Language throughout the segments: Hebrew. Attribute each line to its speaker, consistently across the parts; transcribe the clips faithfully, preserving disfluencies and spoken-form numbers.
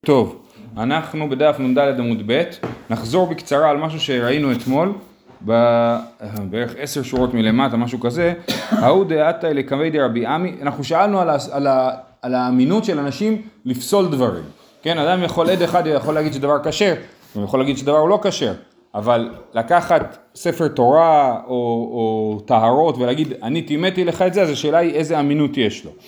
Speaker 1: טוב, אנחנו בדף נ"ד עמוד ב', נחזור בקצרה על משהו שראינו אתמול, בערך עשר שורות מלמטה, משהו כזה. ההוא דעתה לקמי דרבי עמי, אנחנו שאלנו על, על, על האמינות של אנשים לפסול דברים. כן, אדם יכול, עד אחד יכול להגיד שדבר כשר, הוא יכול להגיד שדבר הוא לא כשר, אבל לקחת ספר תורה או, או טהרות ולהגיד אני טימאתי לך את זה, אז השאלה היא איזה אמינות יש לו.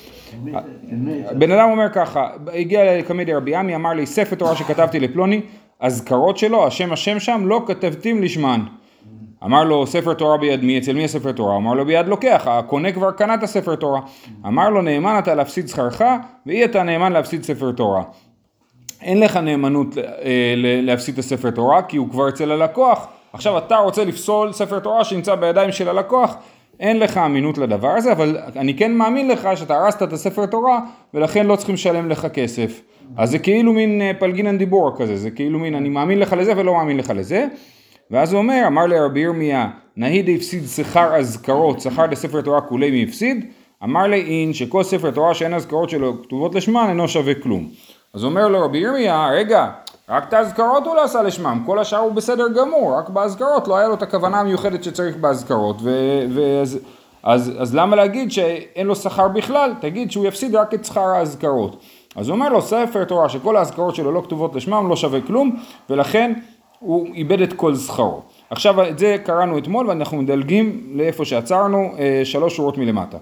Speaker 1: בן אדם אומר ככה, הגיע לקמי דרבי עמי, אמר לי ספר תורה שכתבתי לפלוני, אזכרות שלו, השם השם שם, לא כתבתים לשמן. אמר לו ספר תורה ביד מי? אצל מי הספר תורה? אמר לו ביד לוקח, הקונה כבר קנה את הספר תורה. אמר לו נאמן אתה להפסיד שכרך, ואי אתה נאמן להפסיד ספר תורה. אין לך נאמנות להפסיד את הספר תורה, כי הוא כבר אצל הלקוח. עכשיו אתה רוצה לפסול ספר תורה שנמצא בידיים של הלקוח, אין לך אמינות לדבר הזה, אבל אני כן מאמין לך שאתה הרסת את הספר תורה, ולכן לא צריכים לשלם לך כסף. אז זה כאילו מין פלגינן דיבור כזה, זה כאילו מין אני מאמין לך לזה ולא מאמין לך לזה. ואז הוא אומר, אמר לרבי ירמיה, נהי דהפסיד שכר אזכרות, שכר לספר תורה כולי מי הפסיד? אמר לי אין שכל ספר תורה שאין אזכרות שלו כתובות לשמן אינו שווה כלום. אז אומר לו רבי ירמיה, רגע, רק את האזכרות הוא לא עשה לשמם, כל השאר הוא בסדר גמור, רק באזכרות לא היה לו את הכוונה המיוחדת שצריך באזכרות, ו- ו- אז, אז, אז למה להגיד שאין לו שכר בכלל? תגיד שהוא יפסיד רק את שכר האזכרות. אז הוא אומר לו, ספר תורה שכל האזכרות שלו לא כתובות לשמם, לא שווה כלום, ולכן הוא איבד את כל שכרו. עכשיו את זה קראנו אתמול, ואנחנו מדלגים לאיפה שעצרנו, שלוש שורות מלמטה.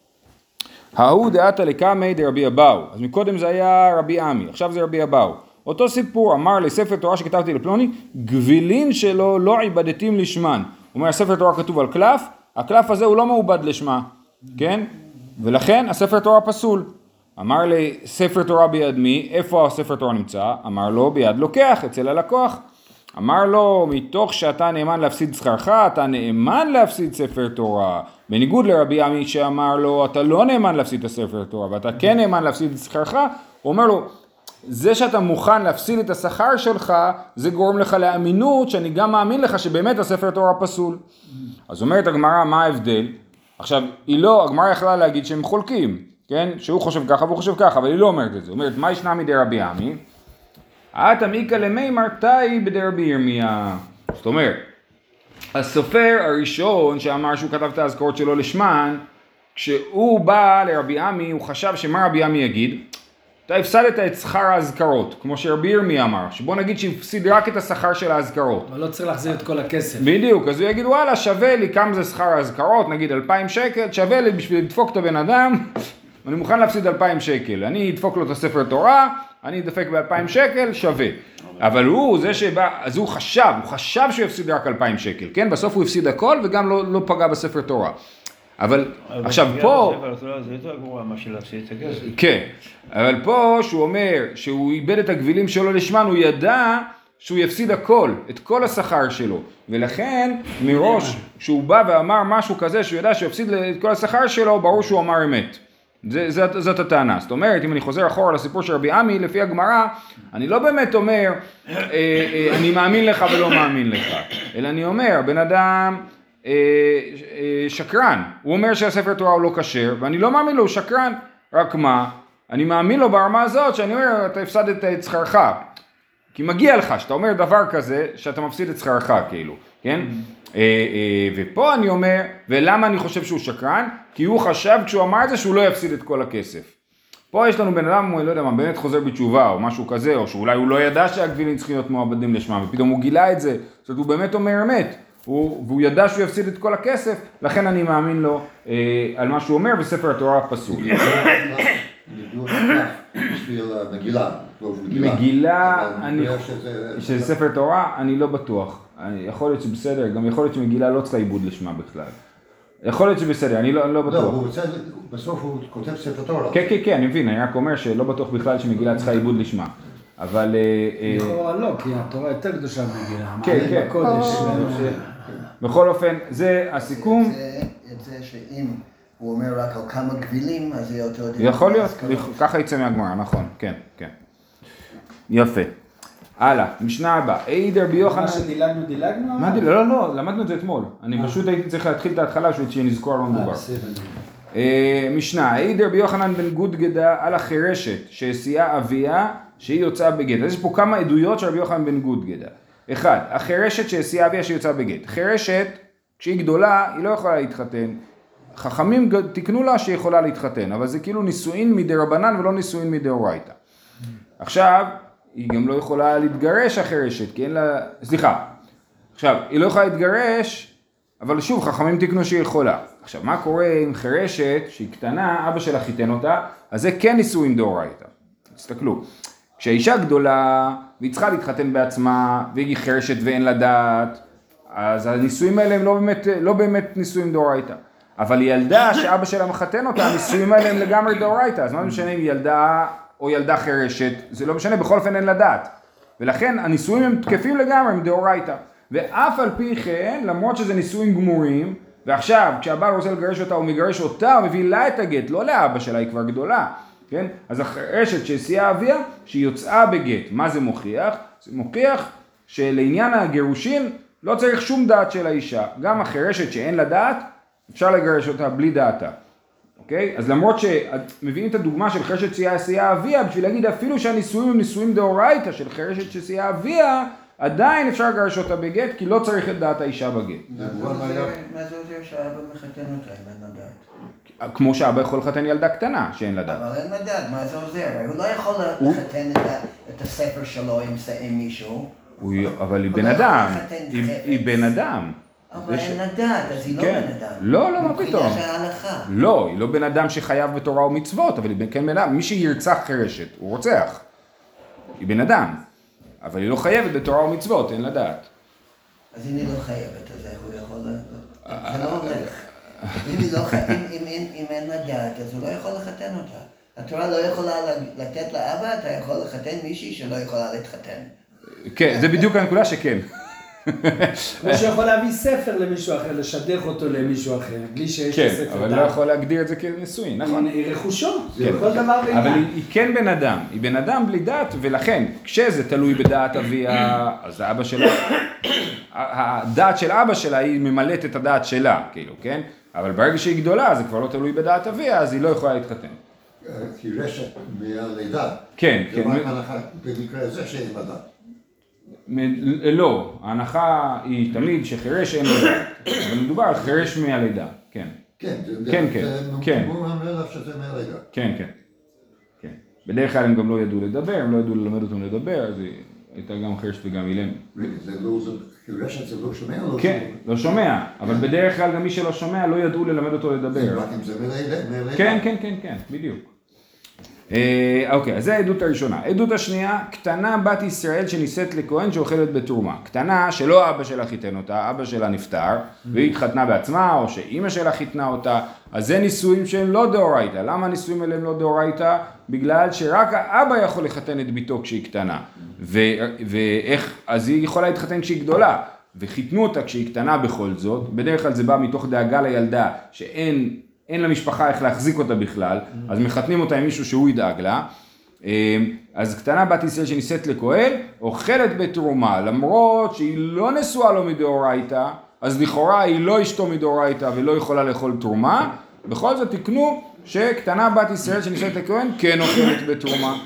Speaker 1: ההוא דעתה לקמי דרבי אבאו, אז מקודם זה היה רבי עמי, עכשיו זה רבי אבאו. אותו סיפור אמר לספר תורה שכתבתי לפלוני, גבילין שלו לא עיבדתים לשמן. הוא אומר, הספר תורה כתוב על קלף, הקלף הזה הוא לא מעובד לשמה, כן? ולכן הספר תורה פסול. אמר לי, ספר תורה ביד מי? איפה הספר תורה נמצא? אמר לו, ביד לוקח, אצל הלקוח. אמר לו, מתוך שאתה נאמן להפסיד שכרך, אתה נאמן להפסיד ספר תורה. בניגוד לרבי עמי שאמר לו, אתה לא נאמן להפסיד את הספר תורה, ואתה כן נאמן להפסיד את שכרך, הוא אומר לו, זה שאתה מוכן להפסיד את השכר שלך, זה גורם לך לאמינות, שאני גם מאמין לך שבאמת הספר תורה פסול. אז אומרת הגמרא, מה ההבדל? עכשיו, היא לא, הגמרא יכלה להגיד שהם חולקים, כן? שהוא חושב ככה והוא חושב ככה, אבל היא לא אומרת את זה. אומרת, מה ישנה מדי רבי עמי? אתה מיקה למימר תאי בדרבי ירמיה. זאת אומרת, הסופר הראשון שאמר שהוא כתב את האזכרות שלו לשמן, כשהוא בא לרבי עמי, הוא חשב שמה רבי עמי יגיד? אתה הפסדת את שכר האזכרות, כמו שרבי ירמי אמר, שבוא נגיד שהפסיד רק את השכר של האזכרות.
Speaker 2: אבל לא צריך להחזיר את כל הכסף.
Speaker 1: בדיוק, אז הוא יגיד, וואלה, שווה לי כמה זה שכר האזכרות, נגיד אלפיים שקל, שווה לי בשביל לדפוק את הבן אדם, אני מוכן להפסיד אלפיים שקל, אני אדפוק לו את הספר תורה, אני אדפק באלפיים שקל, שווה. אבל הוא, זה שבא, אז הוא חשב, הוא חשב שהוא יפסיד רק אלפיים שקל, כן? בסוף הוא הפסיד הכל וגם לא, לא פגע בספר תורה. אבל, אבל עכשיו פה,
Speaker 3: זה יותר גרוע מה שלהפסיד את הכסף.
Speaker 1: כן, אבל פה שהוא אומר שהוא איבד את הגבילים שלו לשמן, הוא ידע שהוא יפסיד הכל, את כל השכר שלו, ולכן מראש שהוא בא ואמר משהו כזה שהוא ידע שהוא יפסיד את כל השכר שלו, ברור שהוא אמר אמת. זה, זאת, זאת הטענה. זאת אומרת, אם אני חוזר אחורה לסיפור של רבי עמי, לפי הגמרא, אני לא באמת אומר, אה, אה, אני מאמין לך ולא מאמין לך, אלא אני אומר, בן אדם אה, אה, שקרן, הוא אומר שהספר תורה הוא לא כשר, ואני לא מאמין לו, הוא שקרן, רק מה? אני מאמין לו ברמה הזאת, שאני אומר, אתה הפסדת את שכרך, כי מגיע לך, שאתה אומר דבר כזה, שאתה מפסיד את שכרך, כאילו, כן? ופה אני אומר, ולמה אני חושב שהוא שקרן? כי הוא חשב כשהוא אמר את זה שהוא לא יפסיד את כל הכסף. פה יש לנו בן אדם, הוא לא יודע מה, באמת חוזר בתשובה או משהו כזה, או שאולי הוא לא ידע שהגבילים צריכים להיות מעובדים לשמם, ופתאום הוא גילה את זה, זאת אומרת הוא באמת אומר אמת, הוא, והוא ידע שהוא יפסיד את כל הכסף, לכן אני מאמין לו אה, על מה שהוא אומר, וספר התורה פסול.
Speaker 4: בשביל מגילה.
Speaker 1: מגילה, שזה ספר תורה, אני לא בטוח. יכול להיות שבסדר, גם יכול להיות שמגילה לא צריכה עיבוד לשמה בכלל. יכול להיות שבסדר, אני לא בטוח.
Speaker 4: לא, הוא רוצה, בסוף הוא כותב ספר תורה.
Speaker 1: כן, כן, כן, אני מבין, אני רק אומר שלא בטוח בכלל שמגילה צריכה עיבוד לשמה. אבל...
Speaker 2: לכאורה לא, כי התורה יותר קדושה מגילה.
Speaker 1: כן, כן. בכל אופן, זה הסיכום.
Speaker 5: את זה שאם הוא אומר רק על כמה גבילים, אז זה יותר...
Speaker 1: יכול להיות, ככה יצא מהגמרא, נכון, כן, כן. יפה. הלאה, משנה הבאה. אידר ביוחנן...
Speaker 2: מה שדילגנו, דילגנו?
Speaker 1: מה דילגנו? לא, לא, למדנו את זה אתמול. אני פשוט הייתי צריך להתחיל את ההתחלה שנזכור על מה מדובר. משנה, אידר ביוחנן בן גודגדה על החירשת שהסיעה אביה שהיא יוצאה בגט. אז יש פה כמה עדויות של רבי יוחנן בן גודגדה. אחד, החירשת שהסיעה אביה שהיא יוצאה בגט. חירשת, כשהיא גדולה, היא לא יכולה להתחתן. חכמים תקנו לה שהיא יכולה להתחתן, אבל זה כאילו נישואין מדרבנן ולא נישואין מדאורייתא. עכשיו, היא גם לא יכולה להתגרש החירשת, כי אין לה... סליחה. עכשיו, היא לא יכולה להתגרש, אבל שוב, חכמים תקנו שהיא יכולה. עכשיו, מה קורה עם חירשת שהיא קטנה, אבא שלה חיתן אותה, אז זה כן נישואין דאורייתא. תסתכלו. כשהאישה גדולה, והיא צריכה להתחתן בעצמה, והיא חירשת ואין לה דעת, אז הנישואים האלה הם לא באמת, לא באמת נישואים דאורייתא. אבל ילדה שאבא שלה מחתן אותה, הנישואים האלה הם לגמרי דאורייתא. אז מה משנה אם ילדה או ילדה חירשת, זה לא משנה, בכל אופן אין לה דעת. ולכן הנישואים הם תקפים לגמרי, הם דאורייתא. ואף על פי כן, למרות שזה נישואים גמורים, ועכשיו כשהבעל רוצה לגרש אותה, הוא מגרש אותה, הוא מביא לה את הגט, לא לאבא שלה, היא כבר גדולה. כן? אז החירשת שהסיעה אביה, שהיא יוצאה בגט. מה זה מוכיח? זה מוכיח שלעניין הגירושין לא צריך שום דעת של האישה. גם החירשת שאין לה דעת, אפשר לגרש אותה בלי דעתה. אוקיי? אז למרות שמביאים את הדוגמה של חירשת שהסיעה אביה, בשביל להגיד אפילו שהנישואים הם נישואים דאורייתא של חירשת שהסיעה אביה, עדיין אפשר לגרש אותה בגט, כי לא צריך את דעת האישה בגט.
Speaker 5: מה זה עוזר שהאבא מחתן אותה אם אין לה דעת?
Speaker 1: כמו שאבא יכול לחתן ילדה קטנה שאין לה דעת.
Speaker 5: אבל אין לה דעת, מה זה עוזר? הוא לא יכול לחתן את הספר שלו עם מישהו.
Speaker 1: אבל היא בן אדם, היא בן אדם.
Speaker 5: אבל אין לה דעת, אז היא לא בן אדם.
Speaker 1: לא, לא, מה פתאום.
Speaker 5: מבחינת ההלכה.
Speaker 1: לא, היא לא בן אדם שחייב בתורה ומצוות, אבל היא כן בן אדם. מי שירצח חירשת, הוא רוצח. היא בן אדם. אבל היא לא חייבת בתורה ומצוות, אין לה דעת.
Speaker 5: אז אם היא לא חייבת, אז איך הוא יכול... זה לא הולך. אם אין לה דעת, אז הוא לא יכול לחתן אותה. התורה לא יכולה לתת לאבא, אתה יכול לחתן מישהי שלא יכולה להתחתן. כן,
Speaker 1: זה בדיוק הנקודה שכן.
Speaker 2: כמו שיכול להביא ספר למישהו אחר, לשדך אותו למישהו אחר, בלי שיש
Speaker 1: כן,
Speaker 2: ספר.
Speaker 1: אבל לא יכול להגדיר את זה כנישואין, נכון?
Speaker 2: היא רכושו,
Speaker 1: כן.
Speaker 2: כל דבר בעניין.
Speaker 1: אבל היא, היא כן בן אדם, היא בן אדם בלי דעת, ולכן כשזה תלוי בדעת אביה, אז האבא שלה, הדעת של אבא שלה היא ממלאת את הדעת שלה, כאילו, כן? אבל ברגע שהיא גדולה, זה כבר לא תלוי בדעת אביה, אז היא לא יכולה להתחתן.
Speaker 4: כי רשת מהלידה.
Speaker 1: כן, כן.
Speaker 4: זה רק הנחה במקרה הזה שאין לה דעת.
Speaker 1: לא, ההנחה היא תמיד שחירש אין לו דעת, אבל מדובר על חירש מהלידה, כן.
Speaker 4: כן,
Speaker 1: כן, כן, כן.
Speaker 4: הוא אומר לך שזה מהלידה.
Speaker 1: כן, כן, כן. בדרך כלל הם גם לא ידעו לדבר, הם לא ידעו ללמד אותם לדבר, אז היא הייתה גם חירשת וגם אילם.
Speaker 4: זה לא, חירשת זה לא שומע או לא שומע?
Speaker 1: כן, לא שומע, אבל בדרך כלל גם מי שלא שומע לא ידעו ללמד אותו לדבר.
Speaker 4: רק אם זה מהלידה.
Speaker 1: כן, כן, כן, כן, בדיוק. אוקיי, אז זה העדות הראשונה. העדות השנייה, קטנה בת ישראל שנישאת לכהן שאוכלת בתרומה. קטנה שלא אבא שלה חיתן אותה, אבא שלה נפטר, והיא התחתנה בעצמה, או שאימא שלה חיתנה אותה, אז זה נישואים שהם לא דאורייתא. למה הנישואים האלה הם לא דאורייתא? בגלל שרק האבא יכול לחתן את ביתו כשהיא קטנה. ואיך, אז היא יכולה להתחתן כשהיא גדולה, וחיתנו אותה כשהיא קטנה בכל זאת. בדרך כלל זה בא מתוך דאגה לילדה, שאין אין למשפחה איך להחזיק אותה בכלל, אז מחתנים אותה עם מישהו שהוא ידאג לה. אז קטנה בת ישראל שנישאת לכהן, אוכלת בתרומה, למרות שהיא לא נשואה לו מדאורייתא, אז לכאורה היא לא אשתו מדאורייתא ולא יכולה לאכול תרומה, בכל זאת תקנו שקטנה בת ישראל שנישאת לכהן כן אוכלת בתרומה.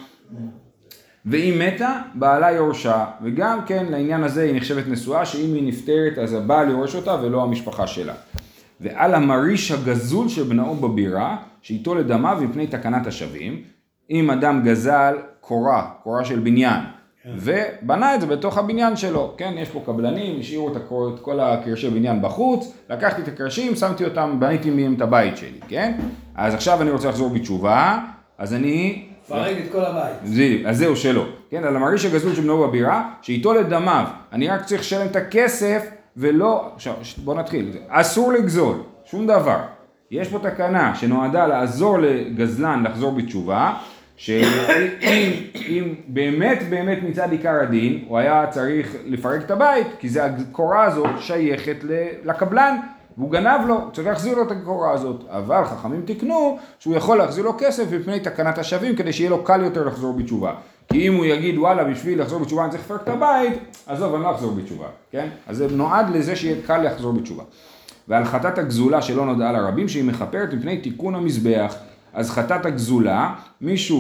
Speaker 1: והיא מתה, בעלה יורשה, וגם כן לעניין הזה היא נחשבת נשואה, שאם היא נפטרת אז הבעל יורש אותה ולא המשפחה שלה. ועל המריש הגזול של בנאו בבירה, שאיתו לדמיו מפני תקנת השבים, אם אדם גזל קורה, קורה של בניין, ובנה את זה בתוך הבניין שלו, כן, יש פה קבלנים, השאירו את כל הקרשי בניין בחוץ, לקחתי את הקרשים, שמתי אותם, בניתי מהם את הבית שלי, כן? אז עכשיו אני רוצה לחזור בתשובה, אז אני...
Speaker 2: פרק את כל הבית.
Speaker 1: זה, אז זהו שלא, כן, על המריש הגזול של בנאו בבירה, שאיתו לדמיו, אני רק צריך לשלם את הכסף, ולא, עכשיו בוא נתחיל, אסור לגזול, שום דבר. יש פה תקנה שנועדה לעזור לגזלן לחזור בתשובה, שאם אם באמת באמת מצד עיקר הדין, הוא היה צריך לפרק את הבית, כי זה הקורה הזאת שייכת לקבלן, והוא גנב לו, צריך להחזיר לו את הקורה הזאת. אבל חכמים תקנו שהוא יכול להחזיר לו כסף מפני תקנת השבים, כדי שיהיה לו קל יותר לחזור בתשובה. כי אם הוא יגיד, וואלה, בשביל לחזור בתשובה אני צריך לפרק את הבית, עזוב, אני לא אחזור בתשובה, כן? אז זה נועד לזה שיהיה קל לחזור בתשובה. ועל חטאת הגזולה שלא נודעה לרבים, שהיא מחפרת מפני תיקון המזבח. אז חטאת הגזולה, מישהו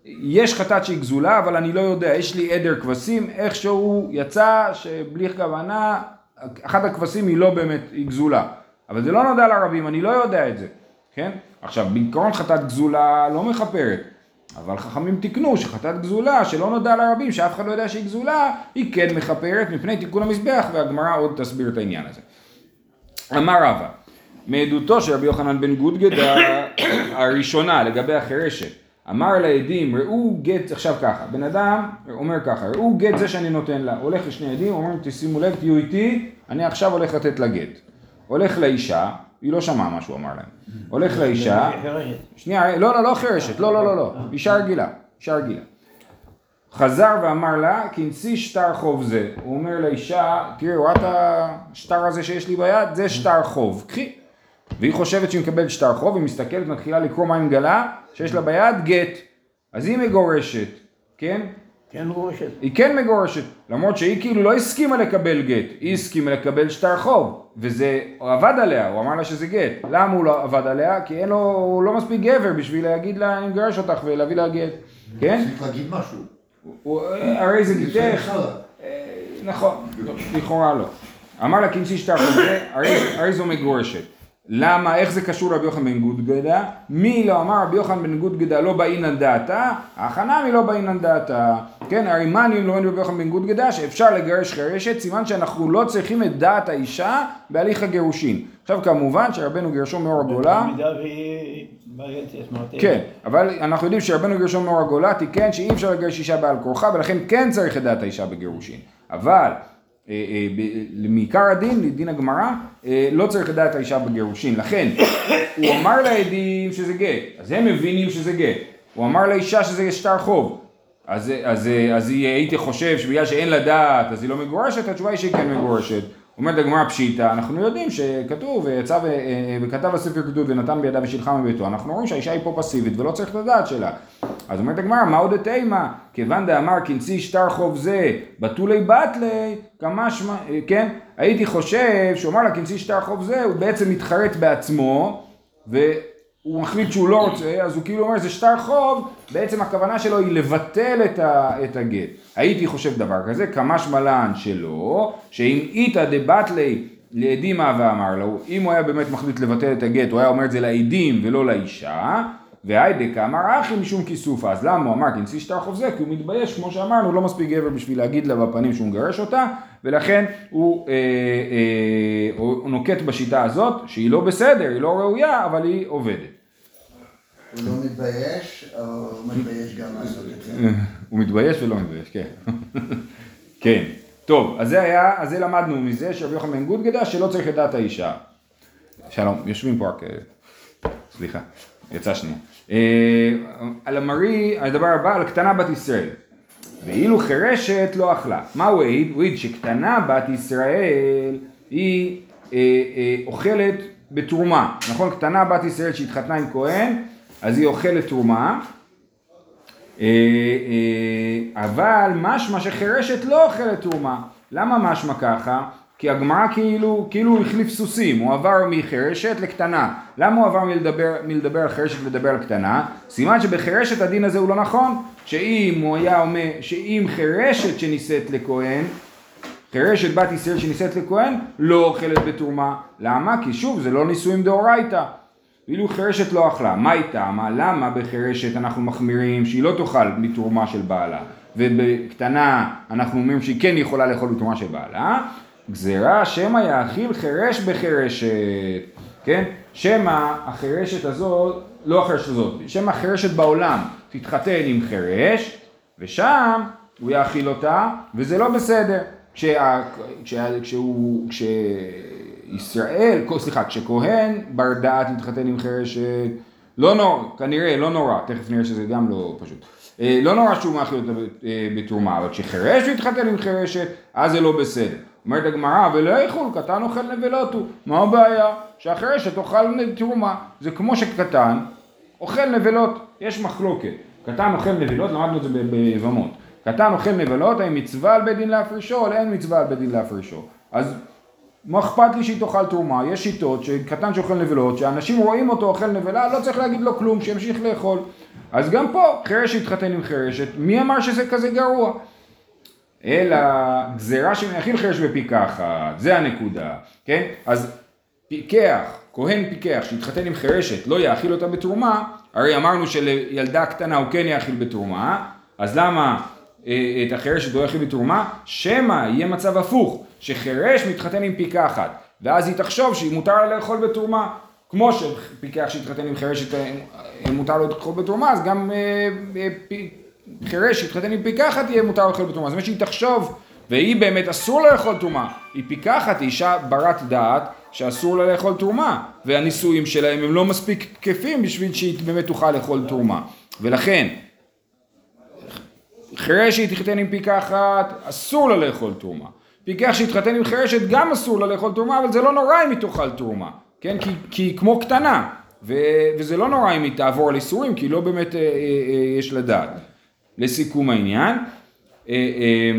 Speaker 1: יש חטאת שהיא גזולה, אבל אני לא יודע, יש לי עדר כבשים, איכשהו יצא שבלי כוונה, אחת הכבשים היא לא באמת, היא גזולה. אבל זה לא נודע לרבים, אני לא יודע את זה, כן? עכשיו, בעיקרון חטאת גזולה לא מכפרת, אבל חכמים תקנו שחטאת גזולה, שלא נודע לרבים, שאף אחד לא יודע שהיא גזולה, היא כן מכפרת מפני תיקון המזבח, והגמרא עוד תסביר את העניין הזה. אמר רבא, מעדותו של רבי יוחנן בן גודגדה הראשונה לגבי החירשת, אמר לעדים, ראו גט, עכשיו ככה, בן אדם אומר ככה, ראו גט זה שאני נותן לה, הולך לשני עדים, אומר, תשימו לב, תהיו איתי, אני עכשיו הולך לתת לה גט. הולך לאישה, היא לא שמעה מה שהוא אמר להם, הולך לאישה, שנייה, לא, לא, לא חירשת, לא, לא, לא, לא, אישה רגילה, אישה רגילה. חזר ואמר לה, כנסי שטר חוב זה, הוא אומר לאישה, תראי, רואה את השטר הזה שיש לי ביד? זה שטר חוב, קחי. והיא חושבת שהיא מקבלת שטר חוב, היא מסתכלת, מתחילה לקרוא מה עם גלה, שיש לה ביד גט. אז היא מגורשת, כן?
Speaker 3: כן מגורשת.
Speaker 1: היא כן מגורשת, למרות שהיא כאילו לא הסכימה לקבל גט, היא הסכימה לקבל שטר חוב, וזה הוא עבד עליה, הוא אמר לה שזה גט. למה הוא לא עבד עליה? כי אין לו, הוא לא מספיק גבר בשביל להגיד לה, אני מגרש אותך ולהביא לה גט, כן?
Speaker 4: צריך להגיד משהו.
Speaker 1: הוא, הרי זה גיטך, נכון, לכאורה לא. אמר לה כנסי שטר חוב זה, הרי, הרי זו מגורשת. למה, איך זה קשור רבי יוחנן בן גודגדה? מי לא אמר רבי יוחנן בן גודגדה לא באינן דעתה? ההכנה מי לא באינן דעתה. כן, הרי מה אני לומד רבי יוחנן בן גודגדה? שאפשר לגרש חירשת, סימן שאנחנו לא צריכים את דעת האישה בהליך הגירושין. עכשיו כמובן שרבנו גרשום מאור הגולה,
Speaker 3: במידה והיא בעייתית מאוד.
Speaker 1: כן, אבל אנחנו יודעים שרבנו גרשום מאור הגולה תיקן שאי אפשר לגרש אישה בעל כורחה, ולכן כן צריך את דעת האישה בגירושין. אבל מעיקר הדין, לדין הגמרא, לא צריך לדעת האישה בגירושין, לכן הוא אמר לעדים שזה גט, אז הם מבינים שזה גט, הוא אמר לאישה שזה שטר חוב, אז, אז, אז היא הייתי חושב שבגלל שאין לה דעת אז היא לא מגורשת, התשובה היא שהיא כן מגורשת. אומרת הגמרא פשיטה, אנחנו יודעים שכתוב ויצא וכתב הספר כתוב ונתן בידה ושילחה מביתו, אנחנו רואים שהאישה היא פה פסיבית ולא צריך לדעת שלה. אז אומרת הגמרא, מה עוד התאימה? כיוון דאמר כנסי שטר חוב זה בתולי בתלי, כמה שמה, כן? הייתי חושב שהוא אמר לה כנסי שטר חוב זה, הוא בעצם מתחרט בעצמו והוא מחליט שהוא לא רוצה, אז הוא כאילו אומר זה שטר חוב, בעצם הכוונה שלו היא לבטל את, ה, את הגט. הייתי חושב דבר כזה, כמה שמלן שלו, שאם איתא דבטלי לעדימה ואמר לו, אם הוא היה באמת מחליט לבטל את הגט, הוא היה אומר את זה לעדים ולא לאישה, והיידק אמר אחי משום כיסופה, אז למה הוא אמר כנסי שטר חוב זה? כי הוא מתבייש, כמו שאמרנו, הוא לא מספיק גבר בשביל להגיד לה בפנים שהוא מגרש אותה, ולכן הוא, אה, אה, הוא נוקט בשיטה הזאת, שהיא לא בסדר, היא לא ראויה, אבל היא עובדת.
Speaker 5: הוא לא מתבייש, או הוא מתבייש גם לעשות את זה?
Speaker 1: הוא מתבייש ולא מתבייש, כן. כן. טוב, אז זה היה, אז זה למדנו מזה, שרבי יוחנן בן גודגדה, שלא צריך לדעת האישה. שלום, יושבים פה רק, סליחה, יצא שנייה. על המרי, הדבר הבא, על קטנה בת ישראל. ואילו חירשת לא אכלה. מה הוא העיד? הוא העיד שקטנה בת ישראל היא אה, אה, אוכלת בתרומה. נכון? קטנה בת ישראל שהתחתנה עם כהן, אז היא אוכלת תרומה. אה, אה, אבל משמע שחירשת לא אוכלת תרומה. למה משמע ככה? כי הגמרא כאילו, כאילו הוא החליף סוסים, הוא עבר מחירשת לקטנה. למה הוא עבר מלדבר, מלדבר על חירשת ולדבר על קטנה? סימן שבחירשת הדין הזה הוא לא נכון, שאם הוא היה אומר, שאם חירשת שנישאת לכהן, חירשת בת ישראל שנישאת לכהן, לא אוכלת בתרומה. למה? כי שוב, זה לא נישואים דאורייתא. אילו חירשת לא אכלה, מה איתה? מה? למה בחירשת אנחנו מחמירים שהיא לא תאכל מתרומה של בעלה, ובקטנה אנחנו אומרים שהיא כן יכולה לאכול בתרומה של בעלה? גזירה שמא יאכיל חירש בחירשת, כן? שמא החירשת הזאת, לא החירשת הזאת, שמא החירשת בעולם תתחתן עם חירש, ושם הוא יאכיל אותה, וזה לא בסדר. כשה, כשה, כשהוא, כשישראל, סליחה, כשכהן בר דעת מתחתן עם חירשת, לא נורא, כנראה לא נורא, תכף נראה שזה גם לא פשוט. לא נורא שהוא מאכיל אותה בתרומה, אבל כשחירש מתחתן עם חירשת, אז זה לא בסדר. אומרת הגמרא, ולא יכול, קטן אוכל נבלות הוא. מה הבעיה? שהחירשת אוכל תרומה. זה כמו שקטן אוכל נבלות, יש מחלוקת. קטן אוכל נבלות, למדנו את זה ביבמות. קטן אוכל נבלות, האם מצווה על בית דין להפרישו, או אין מצווה על בית דין להפרישו. אז מה אכפת לי שהיא תאכל תרומה? יש שיטות שקטן שאוכל נבלות, שאנשים רואים אותו אוכל נבלה, לא צריך להגיד לו כלום, שימשיך לאכול. אז גם פה, חירש יתחתן עם חירשת, מי אמר שזה כזה גרוע? אלא גזירה שמאכיל חירש בפיקחת, זה הנקודה, כן? אז פיקח, כהן פיקח, שיתחתן עם חירשת, לא יאכיל אותה בתרומה, הרי אמרנו שלילדה קטנה הוא כן יאכיל בתרומה, אז למה את החירשת לא יאכיל בתרומה? שמא יהיה מצב הפוך, שחירש מתחתן עם פיקחת, ואז היא תחשוב שהיא מותר לה לאכול בתרומה, כמו שפיקח שיתחתן עם חירשת מותר לו לאכול בתרומה, אז גם חירש שיתחתן עם פיקחת יהיה מותר לאכול בתרומה, אז מה שהיא תחשוב, והיא באמת אסור לה לאכול תרומה, היא פיקחת, היא אישה ברת דעת, שאסור לה לאכול תרומה, והנישואים שלהם הם לא מספיק תקפים בשביל שהיא באמת תוכל לאכול תרומה, ולכן חירש שיתחתן עם פיקחת, אסור לה לאכול תרומה, פיקח שיתחתן עם חירשת גם אסור לה לאכול תרומה, אבל זה לא נורא אם היא תאכל תרומה, כן? כי, כי היא כמו קטנה, ו, וזה לא נורא אם היא תעבור על איסורים, כי לא באמת אה, אה, אה, יש לדעת. לסיכום העניין, אה, אה,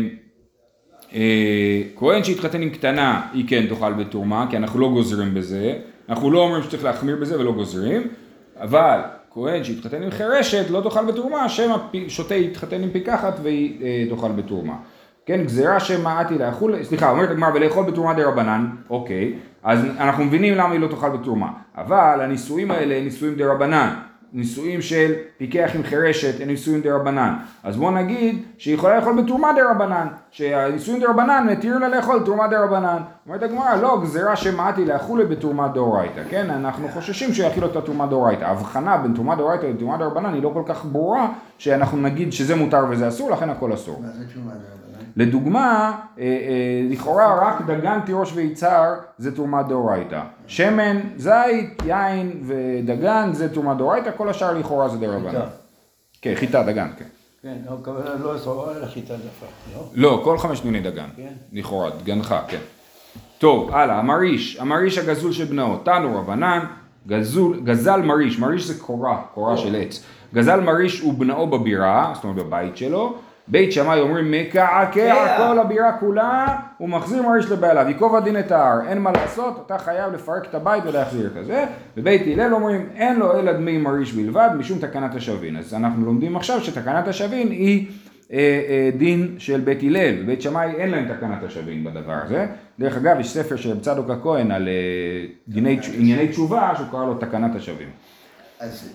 Speaker 1: אה, כהן שהתחתן עם קטנה, היא כן תאכל בתרומה, כי אנחנו לא גוזרים בזה, אנחנו לא אומרים שצריך להחמיר בזה ולא גוזרים, אבל כהן שהתחתן עם חירשת לא תאכל בתרומה, שם שוטה יתחתן עם פיקחת והיא אה, תאכל בתרומה. כן, גזירה שמעתי לאכול, סליחה, אומרת הגמרא ולאכול בתרומה דרבנן, אוקיי, אז אנחנו מבינים למה היא לא תאכל בתרומה, אבל הנישואים האלה הם נישואים דרבנן, נישואים של פיקח עם חירשת הם נישואים דרבנן, אז בואו נגיד שהיא יכולה לאכול בתרומה דרבנן, שהנישואים דרבנן מתיר לה לאכול תרומה דרבנן, אומרת הגמרא, לא, גזירה שמעתי לאכול בתרומה דאורייתא, כן, אנחנו חוששים שיאכיל אותה תרומה דאורייתא, ההבחנה בין תרומה דאורייתא לתרומה דרבנן היא לא כל כך ברורה, שאנחנו נגיד שזה מותר וזה אסור, לכן הכל אסור.
Speaker 5: מה זה תרומה דרבנן?
Speaker 1: לדוגמה, לכאורה רק דגן, תירוש ויצהר זה תרומה דאורייתא. שמן, זית, יין ודגן זה תרומה דאורייתא, כל השאר לכאורה זה דרבנן. כן, חיטה, דגן, כן.
Speaker 3: כן, לא אסור על החיטה דווקא, לא?
Speaker 1: לא, כל חמש תנוני דגן, לכאורה, דגנך, כן. טוב, הלאה, המריש, המריש הגזול של בנאו, תנו רבנן, גזל מריש, מריש זה קורה, קורה של עץ. גזל מריש הוא בנאו בבירה, זאת אומרת בבית שלו, בית שמאי אומרים מקעקע כל הבירה כולה, הוא מחזיר מריש לבעליו, ייקוב הדין את ההר, אין מה לעשות, אתה חייב לפרק את הבית ולהחזיר את זה. בבית הלל אומרים אין לו אלא דמי מריש בלבד משום תקנת השווין, אז אנחנו לומדים עכשיו שתקנת השווין היא אה, אה, דין של בית הלל, בבית שמאי אין להם תקנת השווין בדבר הזה. דרך אגב יש ספר של צדוק הכהן על אה, דיני, ענייני תשובה שהוא קרא לו תקנת השווין.
Speaker 5: אז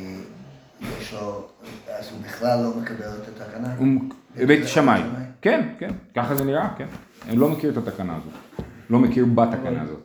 Speaker 5: יש לו, אז הוא בכלל לא מקבל את התקנה?
Speaker 1: בית שמאי, כן, כן, ככה זה נראה, כן. אני לא מכיר את התקנה הזאת, לא מכיר בתקנה הזאת.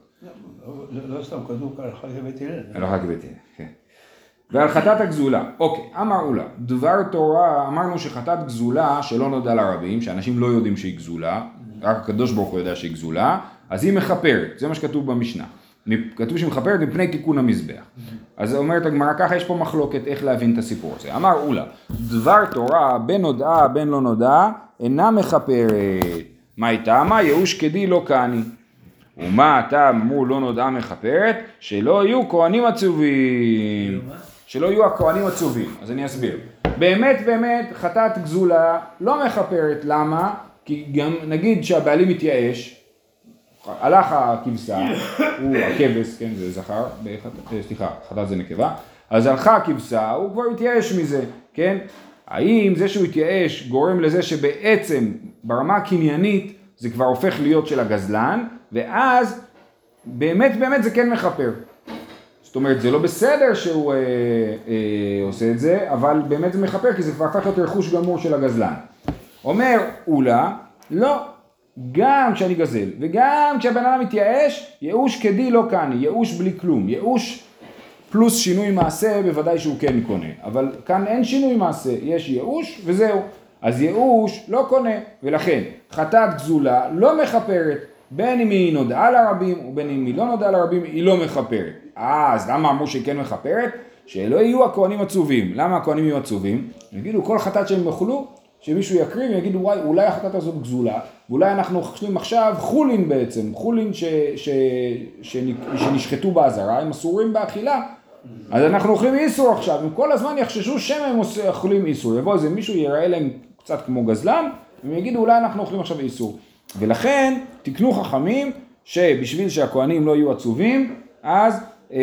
Speaker 3: לא סתם כתוב כהלכה כבית הלל.
Speaker 1: הלכה כבית הלל, כן. ועל חטאת הגזולה, אוקיי, אמרו לה, דבר תורה, אמרנו שחטאת גזולה שלא נודע לרבים, שאנשים לא יודעים שהיא גזולה, רק הקדוש ברוך הוא יודע שהיא גזולה, אז היא מחפרת, זה מה שכתוב במשנה. כתוב שהיא מחפרת מפני תיקון המזבח. אז אומרת הגמרא ככה, יש פה מחלוקת איך להבין את הסיפור הזה. אמר אולה, דבר תורה בין נודעה בין לא נודעה אינה מחפרת. מה הייתה? מה? ייאוש כדי לא קני. ומה אתה אמרו לא נודעה מחפרת? שלא יהיו כהנים עצובים. שלא יהיו הכהנים עצובים. אז אני אסביר. באמת באמת חטאת גזולה לא מחפרת. למה? כי גם נגיד שהבעלים מתייאש, הלך הכבשה, הוא הכבש, כן, זה זכר, סליחה, חטאת זה נקבה, אז הלכה הכבשה, הוא כבר התייאש מזה, כן? האם זה שהוא התייאש גורם לזה שבעצם ברמה הקניינית זה כבר הופך להיות של הגזלן, ואז באמת באמת זה כן מחפר. זאת אומרת, זה לא בסדר שהוא אה, אה, עושה את זה, אבל באמת זה מחפר כי זה כבר הפך להיות רכוש גמור של הגזלן. אומר אולה, לא. גם כשאני גזל, וגם כשהבן אדם מתייאש, ייאוש כדי לא קני, ייאוש בלי כלום, ייאוש פלוס שינוי מעשה, בוודאי שהוא כן קונה, אבל כאן אין שינוי מעשה, יש ייאוש וזהו, אז ייאוש לא קונה, ולכן חטאת גזולה לא מחפרת, בין אם היא נודעה לרבים, ובין אם היא לא נודעה לרבים, היא לא מחפרת. אה, אז למה אמרו שהיא כן מחפרת? שלא יהיו הכהנים עצובים. למה הכהנים יהיו עצובים? יגידו, כל חטאת שהם יאכלו, שמישהו יקריב ויגידו, וואי, אולי החטאת הזאת גזולה, ואולי אנחנו חושבים עכשיו חולין בעצם, חולין ש, ש, ש, שנשחטו בעזרה, הם אסורים באכילה, אז אנחנו אוכלים איסור עכשיו, הם כל הזמן יחששו שהם אוכלים איסור, יבוא איזה מישהו יראה להם קצת כמו גזלן, והם יגידו, אולי אנחנו אוכלים עכשיו איסור. ולכן תקנו חכמים שבשביל שהכהנים לא יהיו עצובים, אז,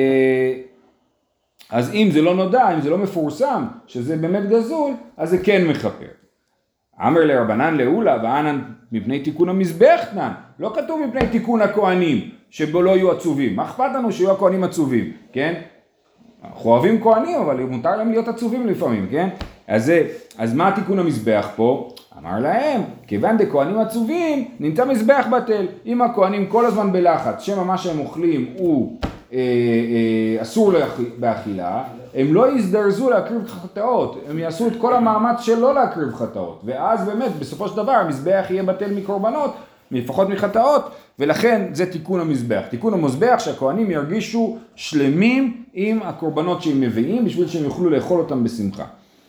Speaker 1: אז אם זה לא נודע, אם זה לא מפורסם, שזה באמת גזול, אז זה כן מכפר. אמר לרבנן לאולה, וענן מפני תיקון המזבח תנן, לא כתוב מפני תיקון הכהנים, שבו לא יהיו עצובים. מה אכפת לנו שיהיו הכהנים עצובים, כן? אנחנו אוהבים כהנים, אבל מותר להם להיות עצובים לפעמים, כן? אז, זה, אז מה תיקון המזבח פה? אמר להם, כיוון דכהנים עצובים, נמצא מזבח בטל. אם הכהנים כל הזמן בלחץ, שמה מה שהם אוכלים הוא אה, אה, אסור באכילה, הם לא יזדרזו להקריב חטאות, הם יעשו את כל המאמץ שלא להקריב חטאות, ואז באמת בסופו של דבר המזבח יהיה בטל מקורבנות, לפחות מחטאות, ולכן זה תיקון המזבח. תיקון המזבח שהכהנים ירגישו שלמים עם הקורבנות שהם מביאים, בשביל שהם יוכלו לאכול אותם בשמחה.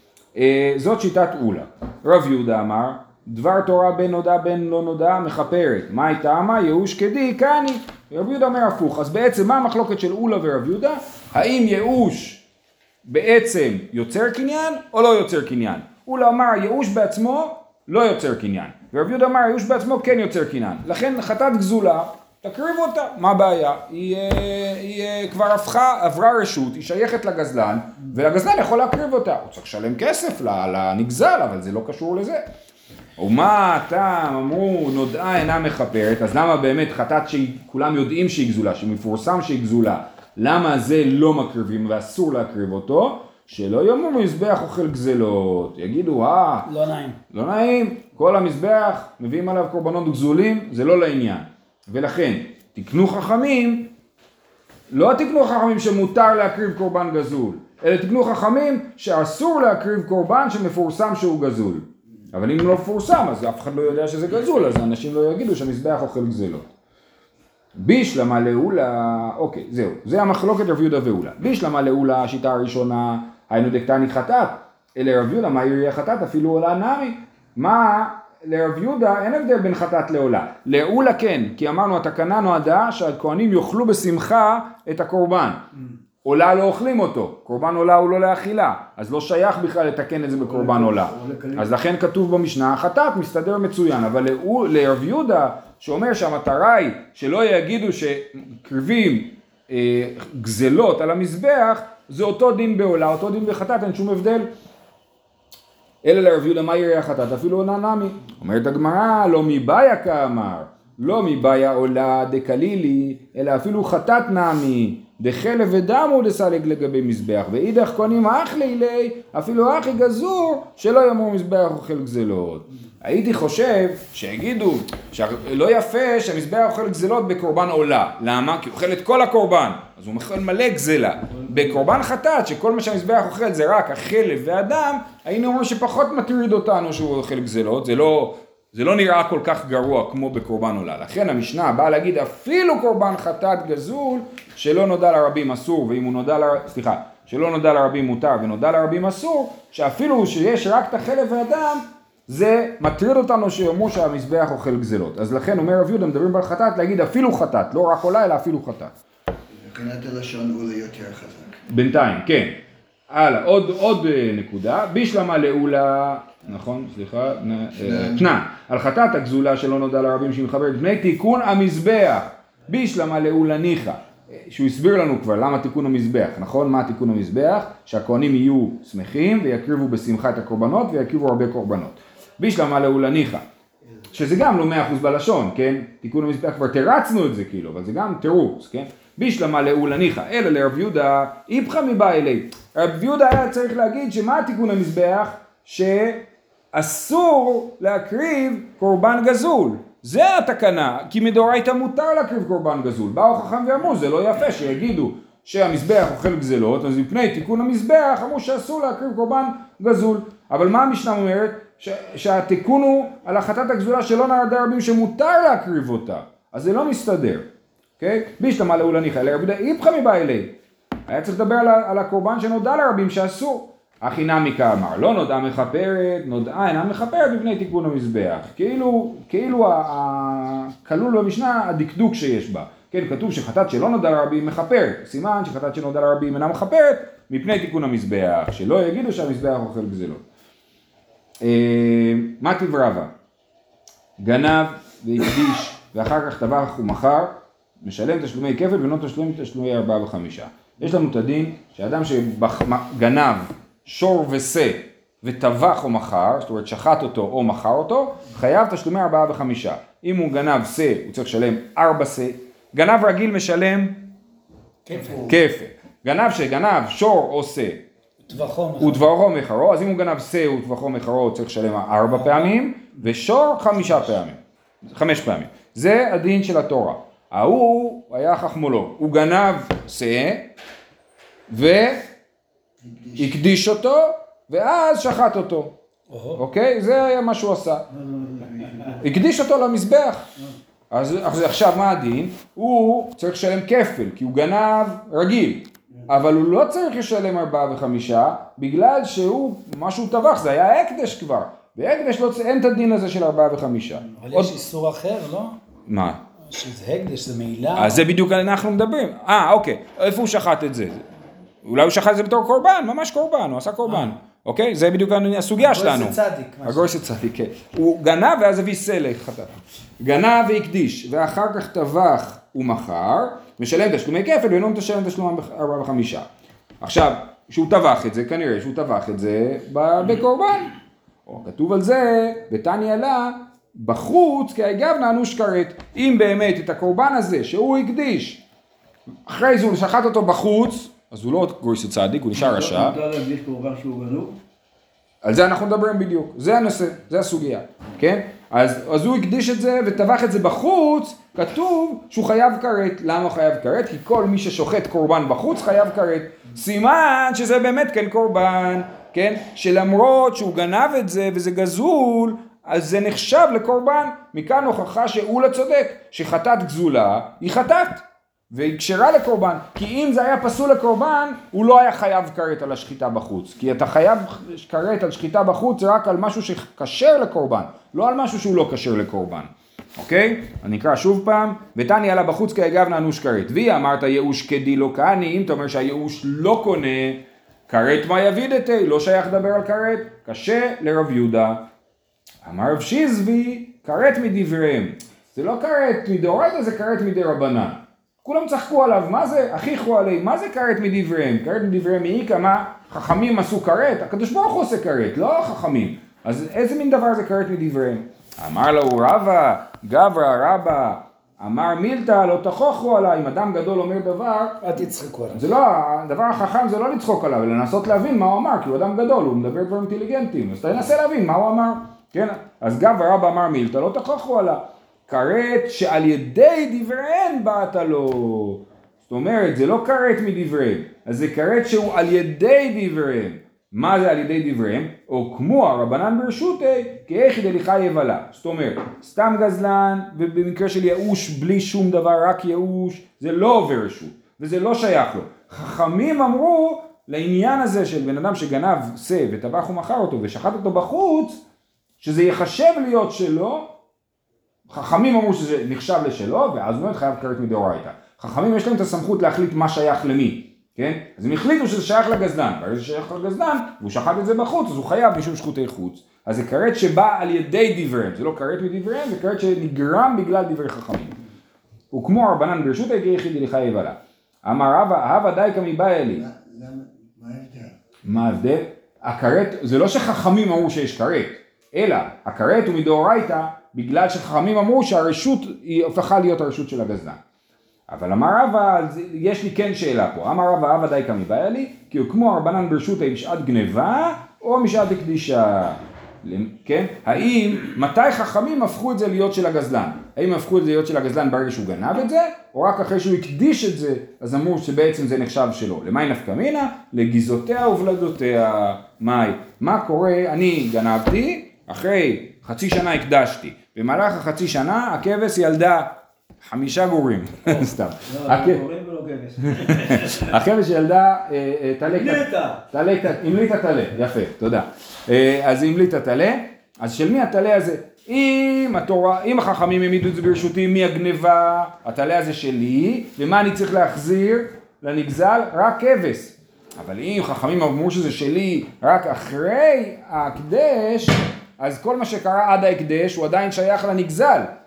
Speaker 1: זאת שיטת אולה. רב יהודה אמר, דבר תורה בין נודע בין לא נודע מכפרת. מה הייתה אמה? ייאוש כדי קני. רב יהודה אומר הפוך. אז בעצם מה המחלוקת של אולה ורב יהודה? האם ייאוש בעצם יוצר קניין או לא יוצר קניין? אולה אמר ייאוש בעצמו לא יוצר קניין. ורב יהודה אמר ייאוש בעצמו כן יוצר קניין. לכן חטאת גזולה, תקריב אותה. מה הבעיה? היא, היא כבר הפכה, עברה רשות, היא שייכת לגזלן, ולגזלן יכול להקריב אותה. הוא צריך לשלם כסף לנגזל, אבל זה לא קשור לזה. ומה אתה אמרו נודעה אינה מכפרת, אז למה באמת חטאת שכולם יודעים שהיא גזולה, שמפורסם שהיא גזולה, למה זה לא מקריבים ואסור להקריב אותו? שלא יאמרו מזבח אוכל גזלות, יגידו אה,
Speaker 2: לא נעים.
Speaker 1: לא נעים, כל המזבח מביאים עליו קורבנות גזולים, זה לא לעניין. ולכן, תקנו חכמים, לא תקנו חכמים שמותר להקריב קורבן גזול, אלא תקנו חכמים שאסור להקריב קורבן שמפורסם שהוא גזול. אבל אם לא פורסם, אז אף אחד לא יודע שזה גזול, אז האנשים לא יגידו שהמזבח אוכל גזלות. בישלמה לאולה, אוקיי, זהו, זה המחלוקת רב יהודה ואולה. בישלמה לאולה, השיטה הראשונה, היינו דקטני חטאת, אלא רב יהודה, מה יהיה חטאת? אפילו עולה נמי. מה לרב יהודה אין הבדל בין חטאת לעולה. לאולה כן, כי אמרנו התקנה נועדה שהכהנים יאכלו בשמחה את הקורבן. עולה לא אוכלים אותו, קורבן עולה הוא לא לאכילה, אז לא שייך בכלל לתקן את זה בקורבן עולה. אז לכן כתוב במשנה, חטאת מסתדר מצוין, אבל לרב יהודה שאומר שהמטרה היא שלא יגידו שקריבים אה, גזלות על המזבח, זה אותו דין בעולה, אותו דין בחטאת, אין שום הבדל. אלא לרב יהודה מה יראה החטאת, אפילו עונה נמי. אומרת הגמרא, לא מבעיה כאמר, לא מבעיה עולה דקלילי, אלא אפילו חטאת נמי, דחלב ודמו דסלג לגבי מזבח, ואידך כהנים אכלי לי, אפילו אחי גזור, שלא יאמרו מזבח אוכל גזלות. הייתי חושב שיגידו שלא יפה שהמזבח אוכל גזלות בקורבן עולה. למה? כי הוא אוכל את כל הקורבן, אז הוא אוכל מלא גזלה. בקורבן חטאת, שכל מה שהמזבח אוכל זה רק החלב והדם, היינו אומרים שפחות מטריד אותנו שהוא אוכל גזלות, זה לא, זה לא נראה כל כך גרוע כמו בקורבן עולה. לכן המשנה באה להגיד אפילו קורבן חטאת גזול, שלא נודע לרבים אסור, ואם הוא נודע לרבים, סליחה, שלא נודע לרבים מותר ונודע לרבים אסור, שאפילו שיש רק את החלב והדם, זה מטריד אותנו שיאמרו שהמזבח אוכל גזלות. אז לכן אומר רב יהודה, מדברים על חטאת, להגיד אפילו חטאת, לא רק עולה אלא אפילו חטאת.
Speaker 5: מבחינת הלשון אולי יותר חזק.
Speaker 1: בינתיים, כן. הלאה, עוד, עוד נקודה, בישלמה לאולה, נכון, סליחה, תנא, על חטאת הגזולה שלא נודע לרבים שהיא מחברת, בני תיקון המזבח, בישלמה לאולה ניחא, שהוא הסביר לנו כבר למה תיקון המזבח, נכון? מה תיקון המזבח? שהכהנים יהיו שמחים ויקריבו בשמחה את הקורבנות ויקריבו הרבה קורבנות. בישלמה לאולה ניחא, שזה גם לא מאה אחוז בלשון, כן? תיקון המזבח כבר תרצנו את זה כאילו, אבל זה גם תירוץ, כן? בישלמה לאולה ניחא, אלא לרב יהודה, איפכא מבא אלי. רב יהודה היה צריך להגיד שמה תיקון המזבח? שאסור להקריב קורבן גזול. זה התקנה, כי מדאורייתא מותר להקריב קורבן גזול. באו חכם ואמרו, זה לא יפה שיגידו שהמזבח אוכל גזלות, אז מפני תיקון המזבח אמרו שאסור להקריב קורבן גזול. אבל מה המשנה אומרת? ש- שהתיקון הוא על החטאת הגזולה שלא נודע לרבים שמותר להקריב אותה. אז זה לא מסתדר. אוקיי? בישלמה לאולה ניחא, אלא רב יהודה איפכא מבא אלי. היה צריך לדבר על, על הקורבן שנודע לרבים שאסור. הכי נמי כאמר, לא נודעה מכפרת, נודעה אינה מכפרת בפני תיקון המזבח. כאילו, כאילו כלול במשנה הדקדוק שיש בה. כן, כתוב שחטאת שלא נודע לרבים מכפרת. סימן שחטאת שנודע לרבים אינה מכפרת מפני תיקון המזבח. שלא יגידו שהמזבח אוכל גזלות. מה טיב רבא? גנב והקדיש ואחר כך טבח ומכר, משלם תשלומי כפל ולא תשלום תשלומי ארבעה וחמישה. יש לנו את הדין שאדם שגנב שור ושה וטבח או מחר, זאת אומרת שחט אותו או מחר אותו, חייב תשלומי ארבעה וחמישה. אם הוא גנב שה, הוא צריך לשלם ארבע שה. גנב רגיל משלם
Speaker 2: כפל.
Speaker 1: כפל. גנב שגנב שור או שה, הוא טבחו מחרו, אז אם הוא גנב שה הוא טבחו מחרו, הוא צריך לשלם ארבע פעמים, ושור חמישה פעמים, חמש פעמים. זה הדין של התורה. ההוא היה חכמולוג, הוא גנב שה, והקדיש אותו, ואז שחט אותו. אוקיי? זה היה מה שהוא עשה. הקדיש אותו למזבח. אז, אז עכשיו מה הדין? הוא צריך לשלם כפל, כי הוא גנב רגיל. אבל הוא לא צריך לשלם ארבעה וחמישה, בגלל שהוא, מה שהוא טבח, זה היה הקדש כבר. בהקדש לא, אין את הדין הזה של ארבעה וחמישה.
Speaker 2: אבל
Speaker 1: עוד...
Speaker 2: יש איסור אחר, לא?
Speaker 1: מה?
Speaker 2: שזה הקדש, זה מעילה.
Speaker 1: אז זה בדיוק אנחנו מדברים. אה, אוקיי. איפה הוא שחט את זה? אולי הוא שחט את זה בתור קורבן, ממש קורבן, הוא עשה קורבן. אוקיי? זה בדיוק הסוגיה שלנו.
Speaker 2: הגוי זה צדיק.
Speaker 1: הגוי זה צדיק, כן. הוא גנב ואז הביא סלק חטא. גנב והקדיש, ואחר כך טבח ומחר, משלם תשלומי כפל ולא תשלם תשלום ארבעה וחמישה. עכשיו, שהוא טבח את זה, כנראה שהוא טבח את זה בקורבן. או כתוב על זה, בתניא לה, בחוץ כהגבנה אנוש כרת. אם באמת את הקורבן הזה שהוא הקדיש, אחרי זה הוא שחט אותו בחוץ, אז הוא לא גוי של צדיק, הוא נשאר רשע.
Speaker 3: מותר להקדיש קורבן שהוא גנוב?
Speaker 1: על זה אנחנו מדברים בדיוק, זה הנושא, זה הסוגיה, כן? אז, אז הוא הקדיש את זה וטבח את זה בחוץ, כתוב שהוא חייב כרת. למה הוא חייב כרת? כי כל מי ששוחט קורבן בחוץ חייב כרת. סימן שזה באמת כן קורבן, כן? שלמרות שהוא גנב את זה וזה גזול, אז זה נחשב לקורבן. מכאן הוכחה שהוא לצודק, שחטאת גזולה היא חטאת. והיא קשרה לקורבן, כי אם זה היה פסול לקורבן, הוא לא היה חייב כרת על השחיטה בחוץ, כי אתה חייב כרת על שחיטה בחוץ רק על משהו שקשר לקורבן, לא על משהו שהוא לא קשר לקורבן, אוקיי? אני אקרא שוב פעם, ותניא לה בחוץ כהגבנה אנוש כרת, והיא אמרת ייאוש כדי לא קני, אם אתה אומר שהייאוש לא קונה, כרת מה יבידתי, לא שייך לדבר על כרת, קשה לרב יהודה. אמר רב שיזבי, כרת מדבריהם, זה לא כרת מדאורייתא, זה כרת מדי רבנן. כולם צחקו עליו, מה זה? הכיחו עליהם, מה זה כרת מדבריהם? כרת מדבריהם היא כמה חכמים עשו כרת? הקדוש ברוך הוא עושה כרת, לא חכמים. אז איזה מין דבר זה כרת מדבריהם? אמר לו רבא, גברא רבא, אמר מילתא לא תכוחו עליי, אם אדם גדול אומר דבר,
Speaker 2: אל תצחקו עליו.
Speaker 1: זה לא, הדבר החכם זה לא לצחוק עליו, אלא לנסות להבין מה הוא אמר, כי הוא אדם גדול, הוא מדבר דברים אינטליגנטיים, אז אתה ינסה להבין מה הוא אמר, כן? אז גברא רבא אמר מילתא לא תכוחו עליי. כרת שעל ידי דבריהן באת לו. זאת אומרת, זה לא כרת מדבריהם, אז זה כרת שהוא על ידי דבריהם. מה זה על ידי דבריהם? או כמו הרבנן ברשותי, כאיכי דליכה יבלה. זאת אומרת, סתם גזלן, ובמקרה של ייאוש בלי שום דבר, רק ייאוש, זה לא עובר רשות, וזה לא שייך לו. חכמים אמרו, לעניין הזה של בן אדם שגנב שא וטבח ומכר אותו, ושחט אותו בחוץ, שזה יחשב להיות שלו, חכמים אמרו שזה נחשב לשלו, ואז באמת חייב כרת מדאורייתא. חכמים יש להם את הסמכות להחליט מה שייך למי, כן? אז הם החליטו שזה שייך לגזלן, והרי זה שייך לגזלן, והוא שחט את זה בחוץ, אז הוא חייב משום שחוטי חוץ. אז זה כרת שבא על ידי דבריהם, זה לא כרת מדבריהם, זה כרת שנגרם בגלל דברי חכמים. וכמו רבנן ברשותי כאיכי דליכה יבלה. אמר רבא, הווה דייקה מבאי אלי.
Speaker 5: מה ההבדל?
Speaker 1: מה ההבדל? הכרת, זה לא שחכמים אמרו שיש כרת, אלא הכרת הוא מדאורייתא, בגלל שחכמים אמרו שהרשות היא הופכה להיות הרשות של הגזלן. אבל אמר רבא, יש לי כן שאלה פה, אמר רבא, הווה דייקה מבאי אלי, כי הוא כמו הרבנן ברשותי בשעת גניבה, או משעת הקדישה. כן? האם, מתי חכמים הפכו את זה להיות של הגזלן? האם הפכו את זה להיות של הגזלן ברגע שהוא גנב את זה, או רק אחרי שהוא הקדיש את זה, אז אמרו שבעצם זה נחשב שלו. למאי נפקא מינה? לגיזותיה ובלדותיה. מאי? מה קורה? אני גנבתי, אחרי חצי שנה הקדשתי. במהלך החצי שנה הכבש ילדה חמישה גורים. סתם.
Speaker 3: לא, גורים ולא כבש.
Speaker 1: הכבש ילדה תלה.
Speaker 2: המליטה.
Speaker 1: המליטה תלה, יפה, תודה. אז המליטה תלה, אז של מי התלה הזה? אם התורה, אם החכמים העמידו את זה ברשותי, מי הגניבה? התלה הזה שלי, ומה אני צריך להחזיר לנגזל? רק כבש. אבל אם חכמים אמרו שזה שלי רק אחרי ההקדש, אז כל מה שקרה עד ההקדש הוא עדיין שייך לנגזל.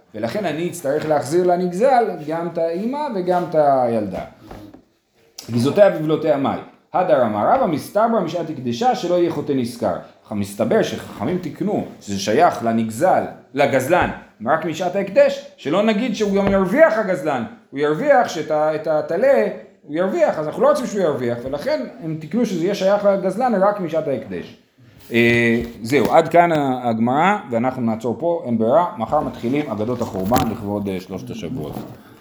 Speaker 1: ולכן אני אצטרך להחזיר לנגזל גם את האימא וגם את הילדה. גזותיה ובבלותיה מאי. הדר אמר רבא מסתברא משעת הקדשה שלא יהיה חוטא נשכר. מסתבר שחכמים תיקנו שזה שייך לנגזל, לגזלן, רק משעת ההקדש, שלא נגיד שהוא גם ירוויח הגזלן, הוא ירוויח שאת הטלה הוא ירוויח, אז אנחנו לא רוצים שהוא ירוויח, ולכן הם תיקנו שזה יהיה שייך לגזלן רק משעת ההקדש. אה, זהו, עד כאן הגמרא, ואנחנו נעצור פה, אין ברירה, מחר מתחילים אגדות החורבן לכבוד שלושת השבועות.